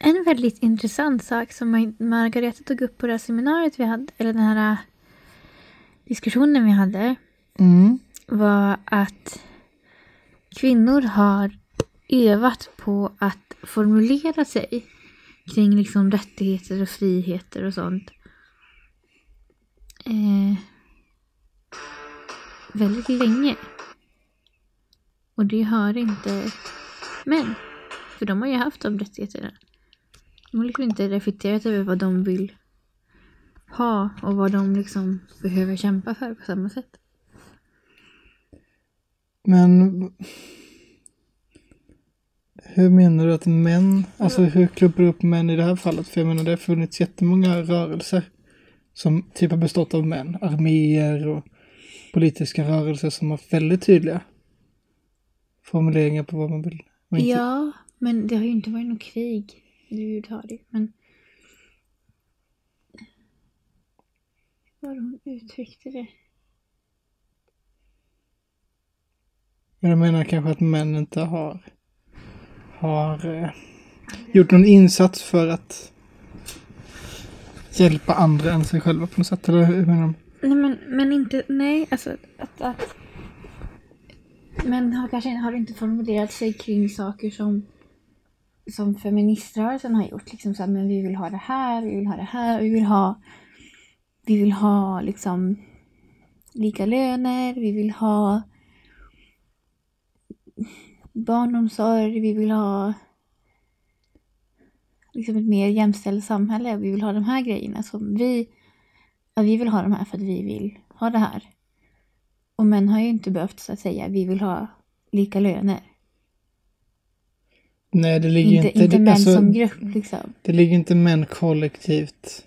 En väldigt intressant sak som Margareta tog upp på det här seminariet vi hade, eller den här diskussionen vi hade, var att kvinnor har övat på att formulera sig kring liksom rättigheter och friheter och sånt väldigt länge. Och det har inte män. För de har ju haft de rättigheterna. De har liksom inte reflekterat över vad de vill ha och vad de liksom behöver kämpa för på samma sätt. Men hur menar du att män, alltså hur klumpar du upp män i det här fallet? För jag menar det har funnits jättemånga rörelser som typ har bestått av män. Arméer och politiska rörelser som har väldigt tydliga formuleringar på vad man vill. Ja, men det har ju inte varit något krig överhuvudtaget. Men vad hon uttryckte det. Jag menar kanske att män inte har gjort någon insats för att hjälpa andra än sig själva på något sätt, eller hur menar de? Nej, men inte, nej, alltså att men har inte formulerat sig kring saker som feministrörelsen har gjort, liksom så här, men vi vill ha det här, vi vill ha det här, vi vill ha liksom lika löner, vi vill ha barnomsorg, vi vill ha liksom ett mer jämställt samhälle, vi vill ha de här grejerna som vi vill ha de här för att vi vill ha det här. Och män har ju inte behövt så att säga vi vill ha lika löner. Nej, det ligger inte män alltså, som grupp liksom. Det ligger inte män kollektivt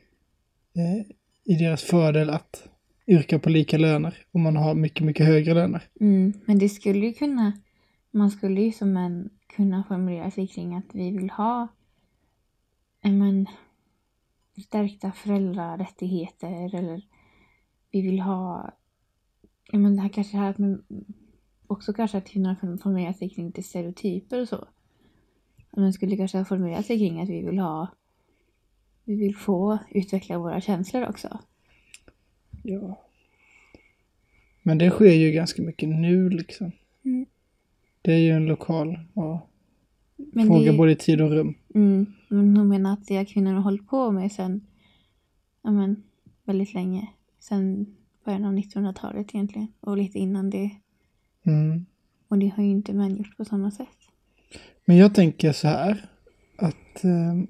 i deras fördel att yrka på lika löner om man har mycket, mycket högre löner. Men det skulle ju man skulle ju som män kunna formulera sig kring att vi vill ha stärkta föräldrarättigheter, eller vi vill ha det här kanske här att man också kanske att kvinnor formulerar sig kring lite stereotyper och så. Man skulle kanske formulera sig kring att vi vill få utveckla våra känslor också. Ja. Men det sker ju ganska mycket nu liksom. Det är ju en lokal fråga både i tid och rum. Men hon menar att det är kvinnor har hållit på med sen väldigt länge. Sen början av 1900-talet egentligen. Och lite innan det. Och det har ju inte män gjort på samma sätt. Men jag tänker så här. Att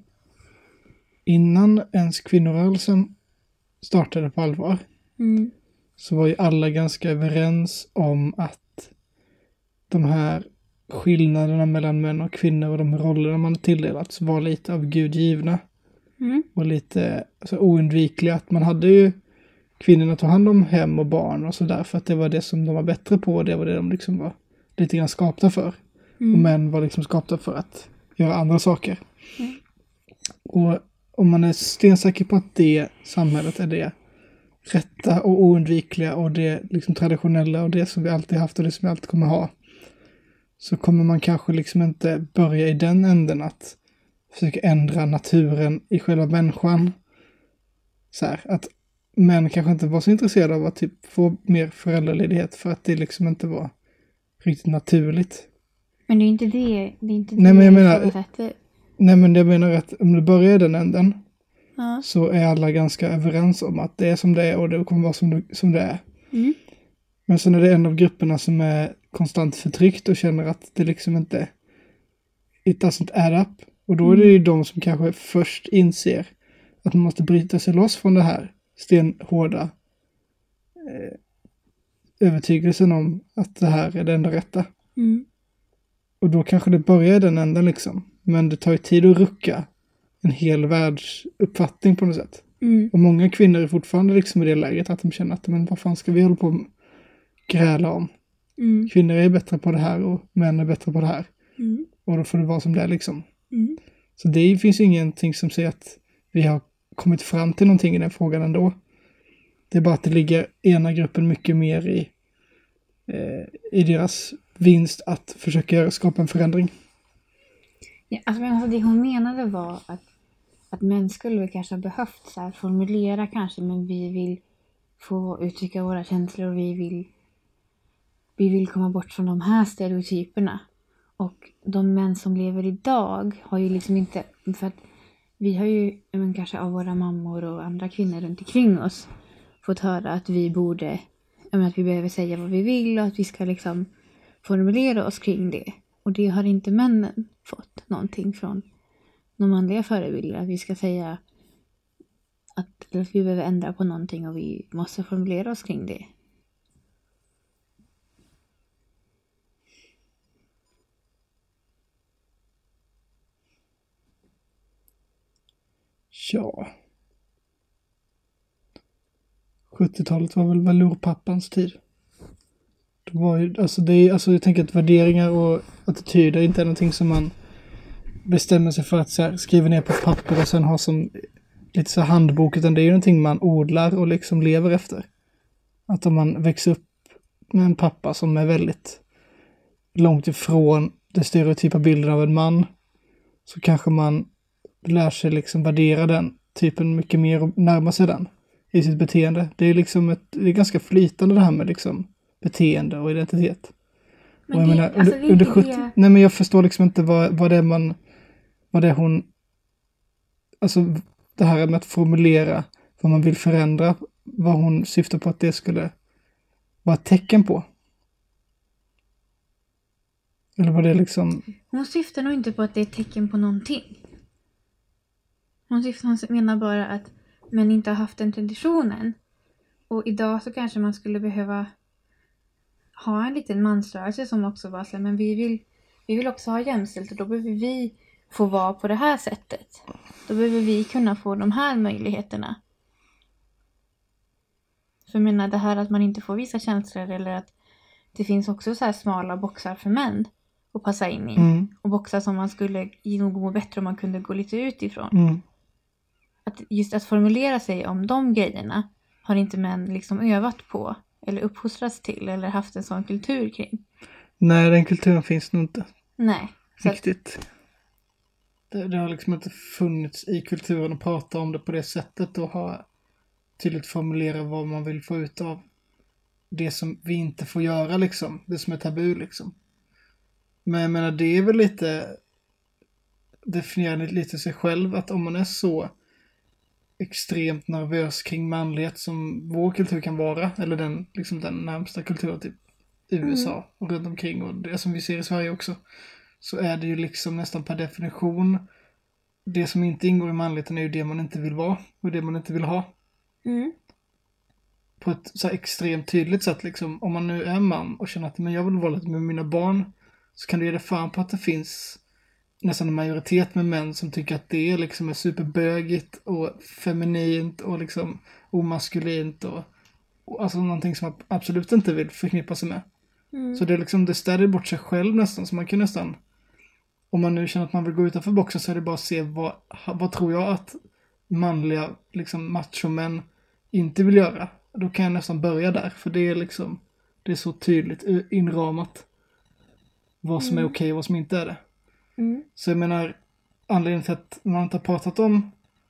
innan ens kvinnorörelsen startade på allvar. Så var ju alla ganska överens om att de här skillnaderna mellan män och kvinnor och de rollerna man tilldelats var lite av Gud givna. Och lite oundvikliga. Att man hade ju kvinnorna tog hand om hem och barn och sådär för att det var det som de var bättre på och det var det de liksom var lite grann skapta för. Och män var liksom skapta för att göra andra saker. Och om man är stensäker på att det samhället är det rätta och oundvikliga och det liksom traditionella och det som vi alltid haft och det som vi alltid kommer ha, så kommer man kanske liksom inte börja i den änden att försöka ändra naturen i själva människan. Så här, att män kanske inte var så intresserade av att typ få mer föräldraledighet för att det liksom inte var riktigt naturligt. Men det är inte det. Nej, men jag menar att om du börjar i den änden så är alla ganska överens om att det är som det är och det kommer vara som det är. Men sen är det en av grupperna som är konstant förtryckt och känner att det liksom inte it doesn't add up. Och då är det ju de som kanske först inser att man måste bryta sig loss från det här stenhårda övertygelsen om att det här är det enda rätta. Och då kanske det börjar i den änden liksom. Men det tar ju tid att rucka en hel världsuppfattning på något sätt. Och många kvinnor är fortfarande liksom i det läget att de känner att men vad fan ska vi hålla på och gräla om? Kvinnor är bättre på det här och män är bättre på det här. Och då får det vara som det är liksom. Så det finns ingenting som säger att vi har kommit fram till någonting i den frågan ändå. Det är bara att det ligger ena gruppen mycket mer i deras vinst att försöka skapa en förändring. Ja, alltså det hon menade var att män skulle väl kanske ha behövt så här, formulera kanske, men vi vill få uttrycka våra känslor och vi vill komma bort från de här stereotyperna. Och de män som lever idag har ju liksom inte, för att vi har ju kanske av våra mammor och andra kvinnor runt omkring oss fått höra att vi borde, att vi behöver säga vad vi vill och att vi ska liksom formulera oss kring det. Och det har inte männen fått någonting från de manliga förebilder, att vi ska säga att vi behöver ändra på någonting och vi måste formulera oss kring det. Ja. 70-talet var väl velourpappans tid. Det var ju, jag tänker att värderingar och attityder inte är någonting som man bestämmer sig för att så här, skriva ner på papper och sen ha som lite så handbok, utan det är ju någonting man odlar och liksom lever efter. Att om man växer upp med en pappa som är väldigt långt ifrån den stereotypa bilden av en man, så kanske man lär sig liksom värdera den typen mycket mer och närma sig den i sitt beteende. Det är liksom det är ganska flytande det här med liksom beteende och identitet. Men och jag menar, under 70, nej men jag förstår liksom inte vad det hon, alltså det här med att formulera vad man vill förändra, vad hon syftar på att det skulle vara ett tecken på. Eller vad det är liksom... Hon syftar nog inte på att det är ett tecken på någonting. Hon menar bara att män inte har haft den traditionen. Och idag så kanske man skulle behöva ha en liten mansrörelse som också var så, men vi vill också ha jämställt, och då behöver vi få vara på det här sättet. Då behöver vi kunna få de här möjligheterna. För jag menar det här att man inte får visa känslor, eller att det finns också så här smala boxar för män att passa in i. Mm. Och boxar som man skulle nog må bättre om man kunde gå lite utifrån. Mm. Att formulera sig om de grejerna har inte män liksom övat på eller uppfostrats till eller haft en sån kultur kring. Nej, den kulturen finns nog inte. Nej. Riktigt. Det har liksom inte funnits i kulturen att prata om det på det sättet och ha tydligt formulera vad man vill få ut av det som vi inte får göra liksom. Det som är tabu liksom. Men jag menar, det är väl lite definierar lite sig själv, att om man är så extremt nervös kring manlighet som vår kultur kan vara, eller den närmsta kulturen typ USA och runt omkring, och det som vi ser i Sverige också, så är det ju liksom nästan per definition det som inte ingår i manligheten är ju det man inte vill vara och det man inte vill ha. På ett så här extremt tydligt sätt liksom. Om man nu är man och känner att men jag vill vara lite med mina barn, så kan du ge det fan på att det finns nästan en majoritet med män som tycker att det liksom är superbögigt och feminint och liksom omaskulint och alltså någonting som man absolut inte vill förknippa sig med. Så det är liksom, det ställer bort sig själv nästan, så man kan nästan, om man nu känner att man vill gå utanför boxen, så är det bara att se vad tror jag att manliga liksom machomän inte vill göra. Då kan jag nästan börja där, för det är liksom, det är så tydligt inramat vad som är okej och vad som inte är det. Så jag menar, anledningen till att man inte har pratat om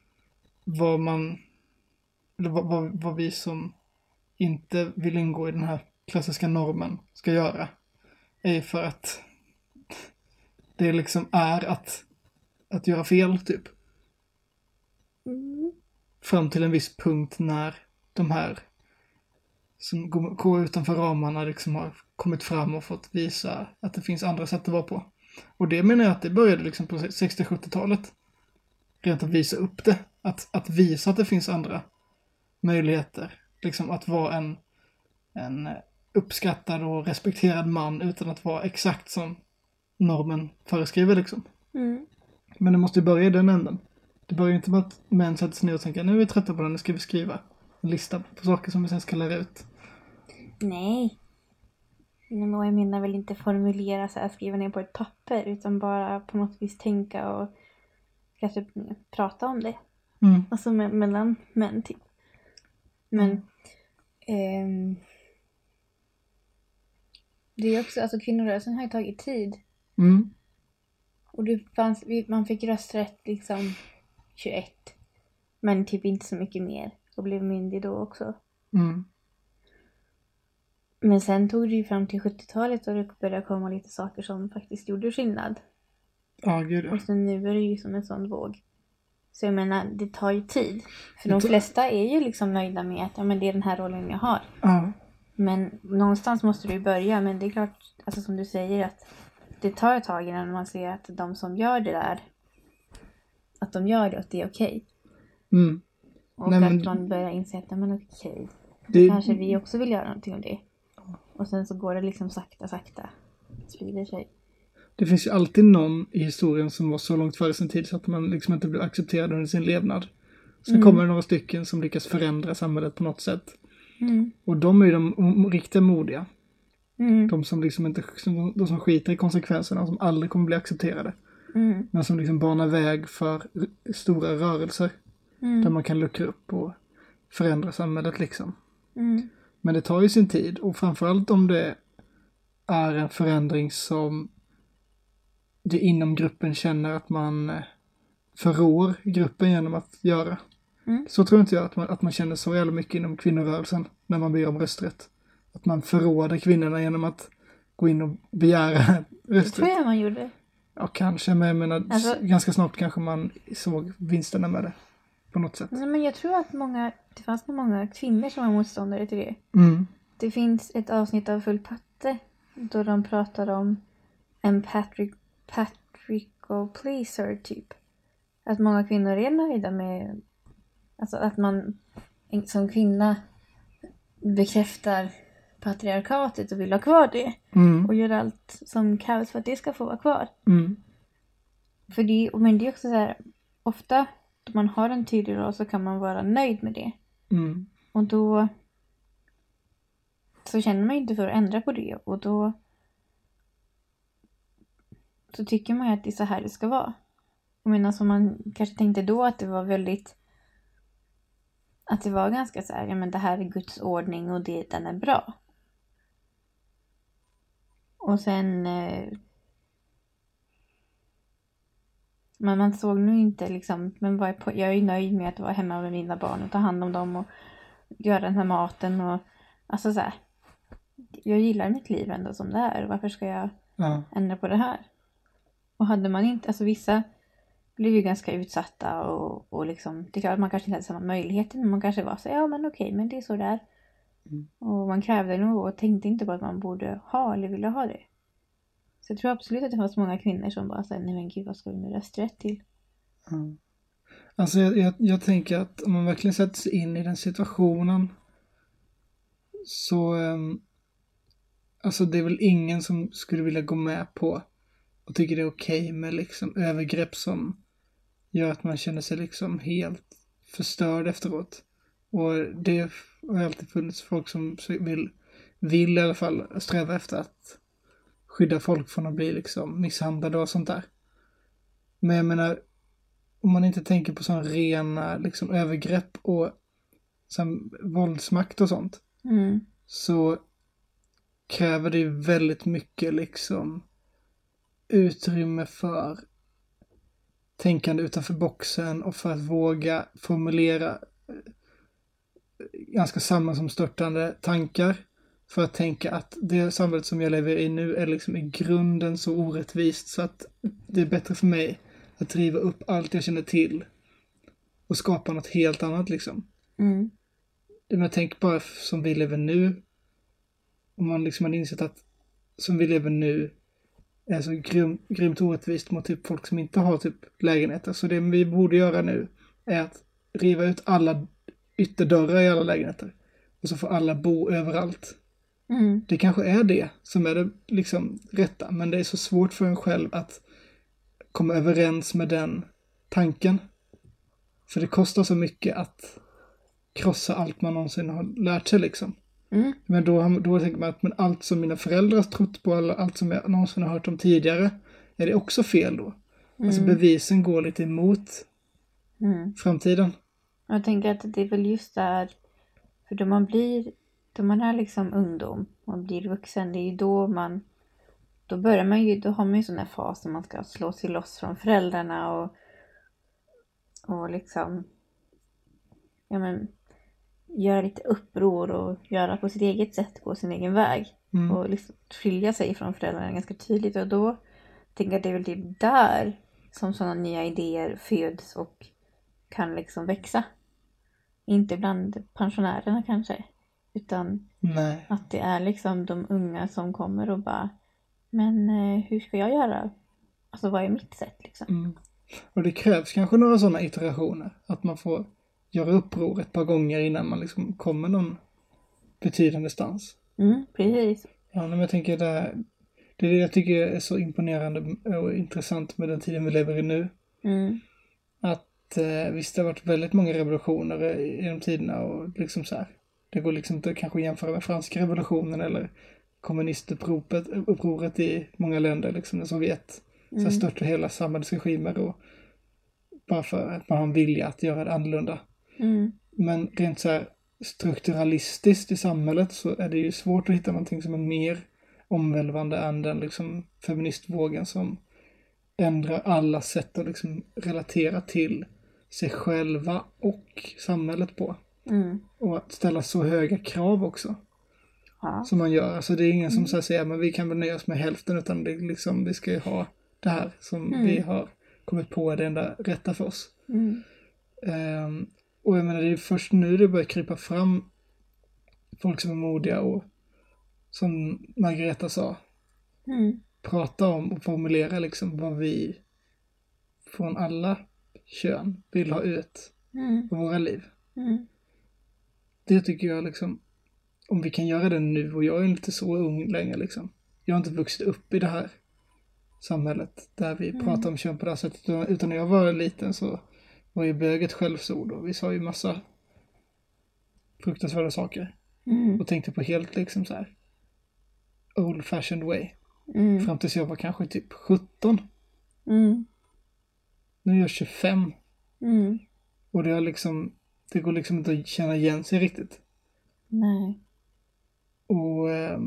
vad vi som inte vill ingå i den här klassiska normen ska göra, är för att det liksom är att göra fel typ. Fram till en viss punkt när de här som går utanför ramarna liksom har kommit fram och fått visa att det finns andra sätt att vara på. Och det menar jag att det började liksom på 60-70-talet. Rent att visa upp det. Att visa att det finns andra möjligheter. Liksom att vara en uppskattad och respekterad man utan att vara exakt som normen föreskriver liksom. Men det måste ju börja i den änden. Det börjar ju inte med att män sätter sig ner och tänker, nu är vi trötta på den, nu ska vi skriva en lista på saker som vi sen ska lära ut. Nej. Men jag menar väl inte formulera så här, skriva ner på ett papper, utan bara på något vis tänka och kanske prata om det. Alltså mellan män typ. Men det är också, alltså kvinnorörelsen har ju tagit tid. Och man fick rösträtt liksom 21. Men typ inte så mycket mer. Och blev myndig då också. Mm. Men sen tog det ju fram till 70-talet och det började komma lite saker som faktiskt gjorde skillnad. Ja, gud. Och sen nu är det ju som en sån våg. Så jag menar, det tar ju tid. För de flesta är ju liksom nöjda med att men det är den här rollen jag har. Ja. Men någonstans måste du ju börja. Men det är klart, alltså som du säger, att det tar ett tag innan man ser att de som gör det där, att de gör det och att det är okej. Mm. Och att man börjar inse att men okej, då kanske vi också vill göra någonting om det. Och sen så går det liksom sakta sprider sig. Det finns ju alltid någon i historien som var så långt före sin tid så att man liksom inte blev accepterad under sin levnad. Sen kommer det några stycken som lyckas förändra samhället på något sätt. Mm. Och de är ju de riktigt modiga. Mm. De som liksom inte, de som skiter i konsekvenserna, som aldrig kommer bli accepterade. Mm. Men som liksom banar väg för stora rörelser. Där man kan luckra upp och förändra samhället liksom. Mm. Men det tar ju sin tid. Och framförallt om det är en förändring som det inom gruppen känner att man förrår gruppen genom att göra. Mm. Så tror inte jag att man känner så jävla mycket inom kvinnorörelsen när man ber om rösträtt. Att man förråder kvinnorna genom att gå in och begära rösträtt. Det tror jag man gjorde. Ja, kanske. Men jag menar, ganska snart kanske man såg vinsterna med det. På något sätt. Nej, men jag tror att det fanns nog många kvinnor som var motståndare till det. Mm. Det finns ett avsnitt av Full Patte då de pratar om en patriarchal pleaser typ. Att många kvinnor är nöjda med, alltså att man som kvinna bekräftar patriarkatet och vill ha kvar det. Mm. Och gör allt som krävs för att det ska få vara kvar. Mm. Men det är också så här, ofta då man har en tydlig roll så kan man vara nöjd med det. Mm. Och då så känner man inte för att ändra på det. Och då så tycker man ju att det är så här det ska vara. Jag menar, som man kanske tänkte då att det var väldigt, att det var ganska så här, ja men det här är Guds ordning och den är bra. Och sen men man såg nu inte liksom, men jag är ju nöjd med att vara hemma med mina barn och ta hand om dem och göra den här maten och alltså så här, jag gillar mitt liv ändå som det är. Varför ska jag ändra på det här? Och hade man inte, alltså vissa blev ju ganska utsatta och liksom, det är klart att man kanske inte hade samma möjligheter, men man kanske var så, ja men okej, men det är så där. Och man krävde nog och tänkte inte på att man borde ha eller ville ha det. Så jag tror absolut att det fanns många kvinnor som bara sa, nej men gud, vad ska vi med rösträtt till? Mm. Alltså jag tänker att om man verkligen sätter sig in i den situationen så alltså det är väl ingen som skulle vilja gå med på och tycker det är okej med liksom övergrepp som gör att man känner sig liksom helt förstörd efteråt. Och det har alltid funnits folk som vill i alla fall sträva efter att skydda folk från att bli liksom misshandlade och sånt där. Men jag menar, om man inte tänker på sån rena liksom övergrepp och som våldsmakt och sånt, så kräver det ju väldigt mycket liksom utrymme för tänkande utanför boxen och för att våga formulera ganska sammansomstörtande tankar, för att tänka att det samhället som jag lever i nu är liksom i grunden så orättvist så att det är bättre för mig att riva upp allt jag känner till och skapa något helt annat liksom. Men tänk bara som vi lever nu, om man liksom har insett att som vi lever nu är så grymt orättvist mot typ folk som inte har typ lägenheter. Så det vi borde göra nu är att riva ut alla ytterdörrar i alla lägenheter. Och så får alla bo överallt. Det kanske är det som är det liksom rätta. Men det är så svårt för en själv att komma överens med den tanken. För det kostar så mycket att krossa allt man någonsin har lärt sig liksom. Men då tänker man att men allt som mina föräldrar har trott på, allt som jag någonsin har hört om tidigare, är det också fel då? Alltså bevisen går lite emot framtiden. Jag tänker att det är väl just där, för då man är liksom ungdom och blir vuxen, det är ju då man då har man ju sån här fas när man ska slå sig loss från föräldrarna och liksom göra lite uppror och göra på sitt eget sätt, gå sin egen väg. Och liksom skilja sig från föräldrarna ganska tydligt. Och då tänker jag att det är väl typ där som sådana nya idéer föds och kan liksom växa. Inte bland pensionärerna kanske. Utan att det är liksom de unga som kommer och bara, men hur ska jag göra? Alltså vad är mitt sätt liksom? Och det krävs kanske några sådana iterationer. Att man får göra uppror ett par gånger innan man liksom kommer någon betydande stans. Precis. Ja, men jag tänker det är det jag tycker är så imponerande och intressant med den tiden vi lever i nu. Att visst det har varit väldigt många revolutioner i de tiderna och liksom så här. Det går liksom inte kanske att jämföra med franska revolutionen eller kommunistupproret i många länder, liksom när Sovjet så störtade hela samhällsregimer och bara för att man har en vilja att göra det annorlunda. Men rent så här strukturalistiskt i samhället så är det ju svårt att hitta någonting som är mer omvälvande än den liksom feministvågen som ändrar alla sätt att liksom relatera till sig själva och samhället på. Och att ställa så höga krav också. Som man gör. Alltså det är ingen som säger men vi kan väl nöja oss med hälften, utan det är liksom, vi ska ju ha det här som vi har kommit på är det enda rätta för oss. Och jag menar det är först nu det börjar krypa fram folk som är modiga och som Margareta sa prata om och formulera liksom vad vi från alla kön vill ha ut på våra liv. Det tycker jag liksom, om vi kan göra det nu, och jag är inte så ung längre liksom. Jag har inte vuxit upp i det här samhället där vi pratar om kön på det här sättet, utan när jag var liten så var ju bög ett skällsord och vi sa ju massa fruktansvärda saker och tänkte på helt liksom så här old fashioned way fram tills jag var kanske typ 17. Nu är jag 25 och det är liksom, det går liksom inte att känna igen sig riktigt. Nej. Och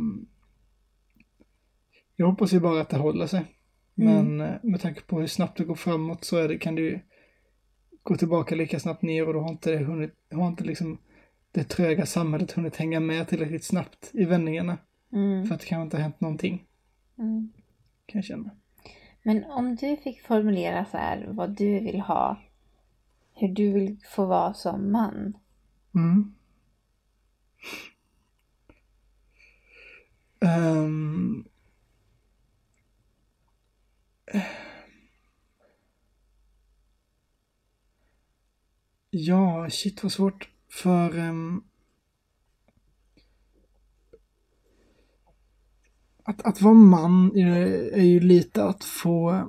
jag hoppas ju bara att det håller sig. Men med tanke på hur snabbt det går framåt så är det, kan det ju gå tillbaka lika snabbt ner, och då har inte liksom det tröga samhället hunnit hänga med tillräckligt snabbt i vändningarna. För att det kanske inte har hänt någonting. Kan jag känna. Men om du fick formulera så här vad du vill ha, hur du vill få vara som man. Ja, shit vad svårt. För att vara man är ju lite att få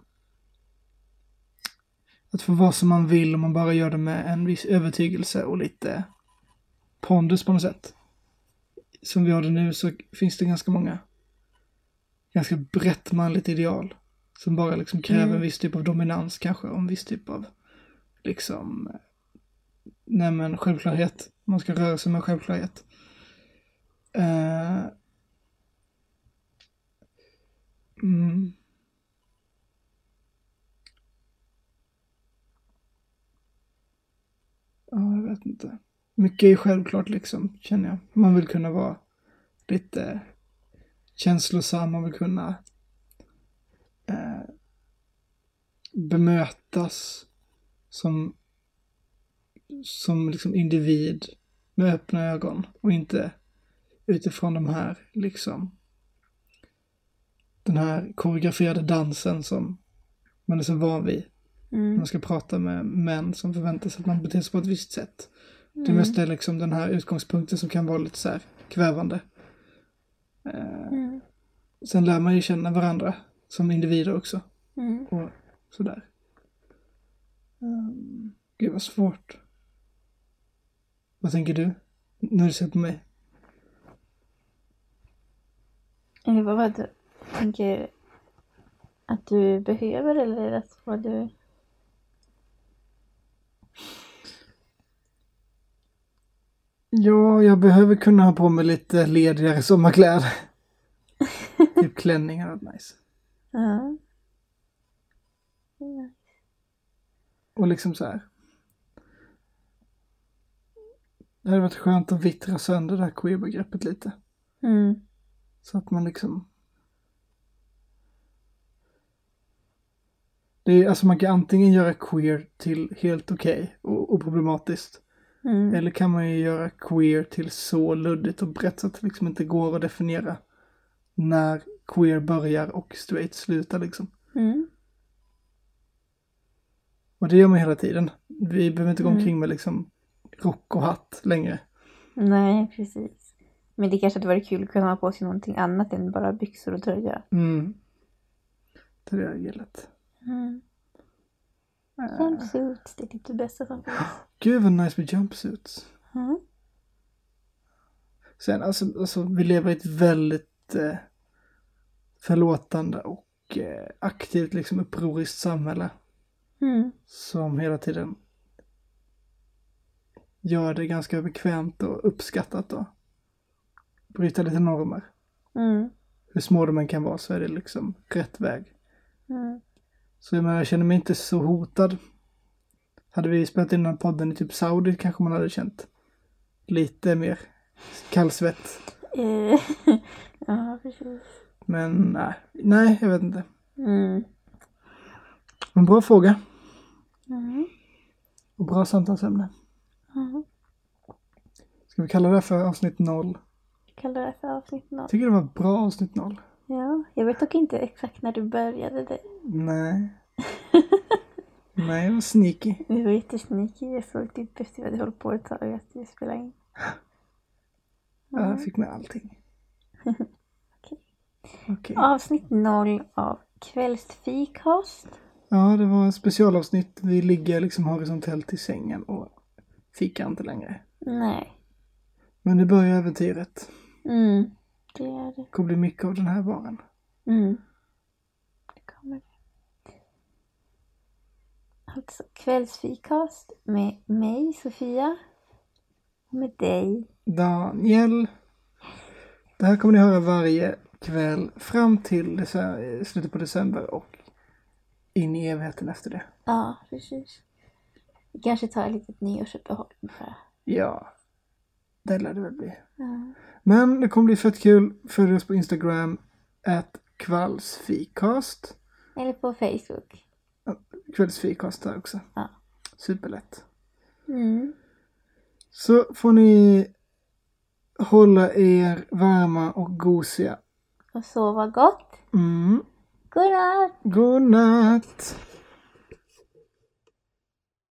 vara som man vill, om man bara gör det med en viss övertygelse och lite pondus på något sätt. Som vi har det nu så finns det ganska brett manligt ideal som bara liksom kräver en viss typ av dominans kanske, och en viss typ av liksom självklarhet. Man ska röra sig med självklarhet. Ja, jag vet inte. Mycket är självklart liksom, känner jag. Man vill kunna vara lite känslosam, man vill kunna bemötas som liksom individ med öppna ögon, och inte utifrån de här liksom den här koreograferade dansen som man är så van vid. Man ska prata med män som förväntar sig att man beter sig på ett visst sätt. Det mesta är liksom den här utgångspunkten som kan vara lite så här kvävande. Sen lär man ju känna varandra som individer också. Och sådär. Gud vad svårt. Vad tänker du när du ser på mig? Eller vad du tänker att du behöver, eller att vad du... Ja, jag behöver kunna ha på mig lite ledigare sommarkläder. Typ klänningar hade varit nice. Ja. Och liksom så här. Det hade varit skönt att vittra sönder det här queer-begreppet lite. Så att man liksom... Det är, alltså man kan antingen göra queer till helt okej och oproblematiskt. Eller kan man ju göra queer till så luddigt och brett så att det liksom inte går att definiera när queer börjar och straight slutar liksom. Och det gör man hela tiden. Vi behöver inte gå omkring med liksom rock och hatt längre. Nej, precis. Men det kanske hade varit kul att kunna ha på sig någonting annat än bara byxor och tröja. Det är det gillet. Jumpsuits, det är typ det bästa som finns. Gud vad nice med jumpsuits. Sen alltså vi lever i ett väldigt förlåtande och aktivt liksom upproriskt samhälle. Som hela tiden gör det ganska bekvämt och uppskattat och bryta lite normer. Hur små de än kan vara så är det liksom rätt väg. Så jag känner mig inte så hotad. Hade vi spelat in den här podden i typ Saudi kanske man hade känt lite mer kallsvett. Ja, precis. Men nej, jag vet inte. En bra fråga. Och bra samtalsämne. Ska vi kalla det för avsnitt 0? Kallar det för avsnitt 0. Tycker det var bra avsnitt 0. Ja, jag vet dock inte exakt när du började det. Nej. Nej, jag var sneaky. Du var jättesneaky. Jag såg typ efter vad du höll på ett tag att du spelade in. Jag fick med allting. Okej. Avsnitt 0 av kvällsfikast. Ja, det var en specialavsnitt. Vi ligger liksom horisontellt i sängen och fikar inte längre. Nej. Men det börjar äventyret. Det är det. Det kommer bli mycket av den här varen. Det kommer det. Alltså kvällsfikast med mig, Sofia. Och med dig, Daniel. Det här kommer ni höra varje kväll fram till slutet på december och in i evigheten efter det. Ja, precis. Vi kanske tar ett litet nyårsuppehåll ungefär. Ja, det lär det väl bli. Men det kommer bli fett kul. Följ oss på Instagram @kvällsfikast. Eller på Facebook. Kvällsfikast där också. Ja. Superlätt. Så får ni hålla er varma och gosiga. Och sova gott. Mm. God natt. God natt.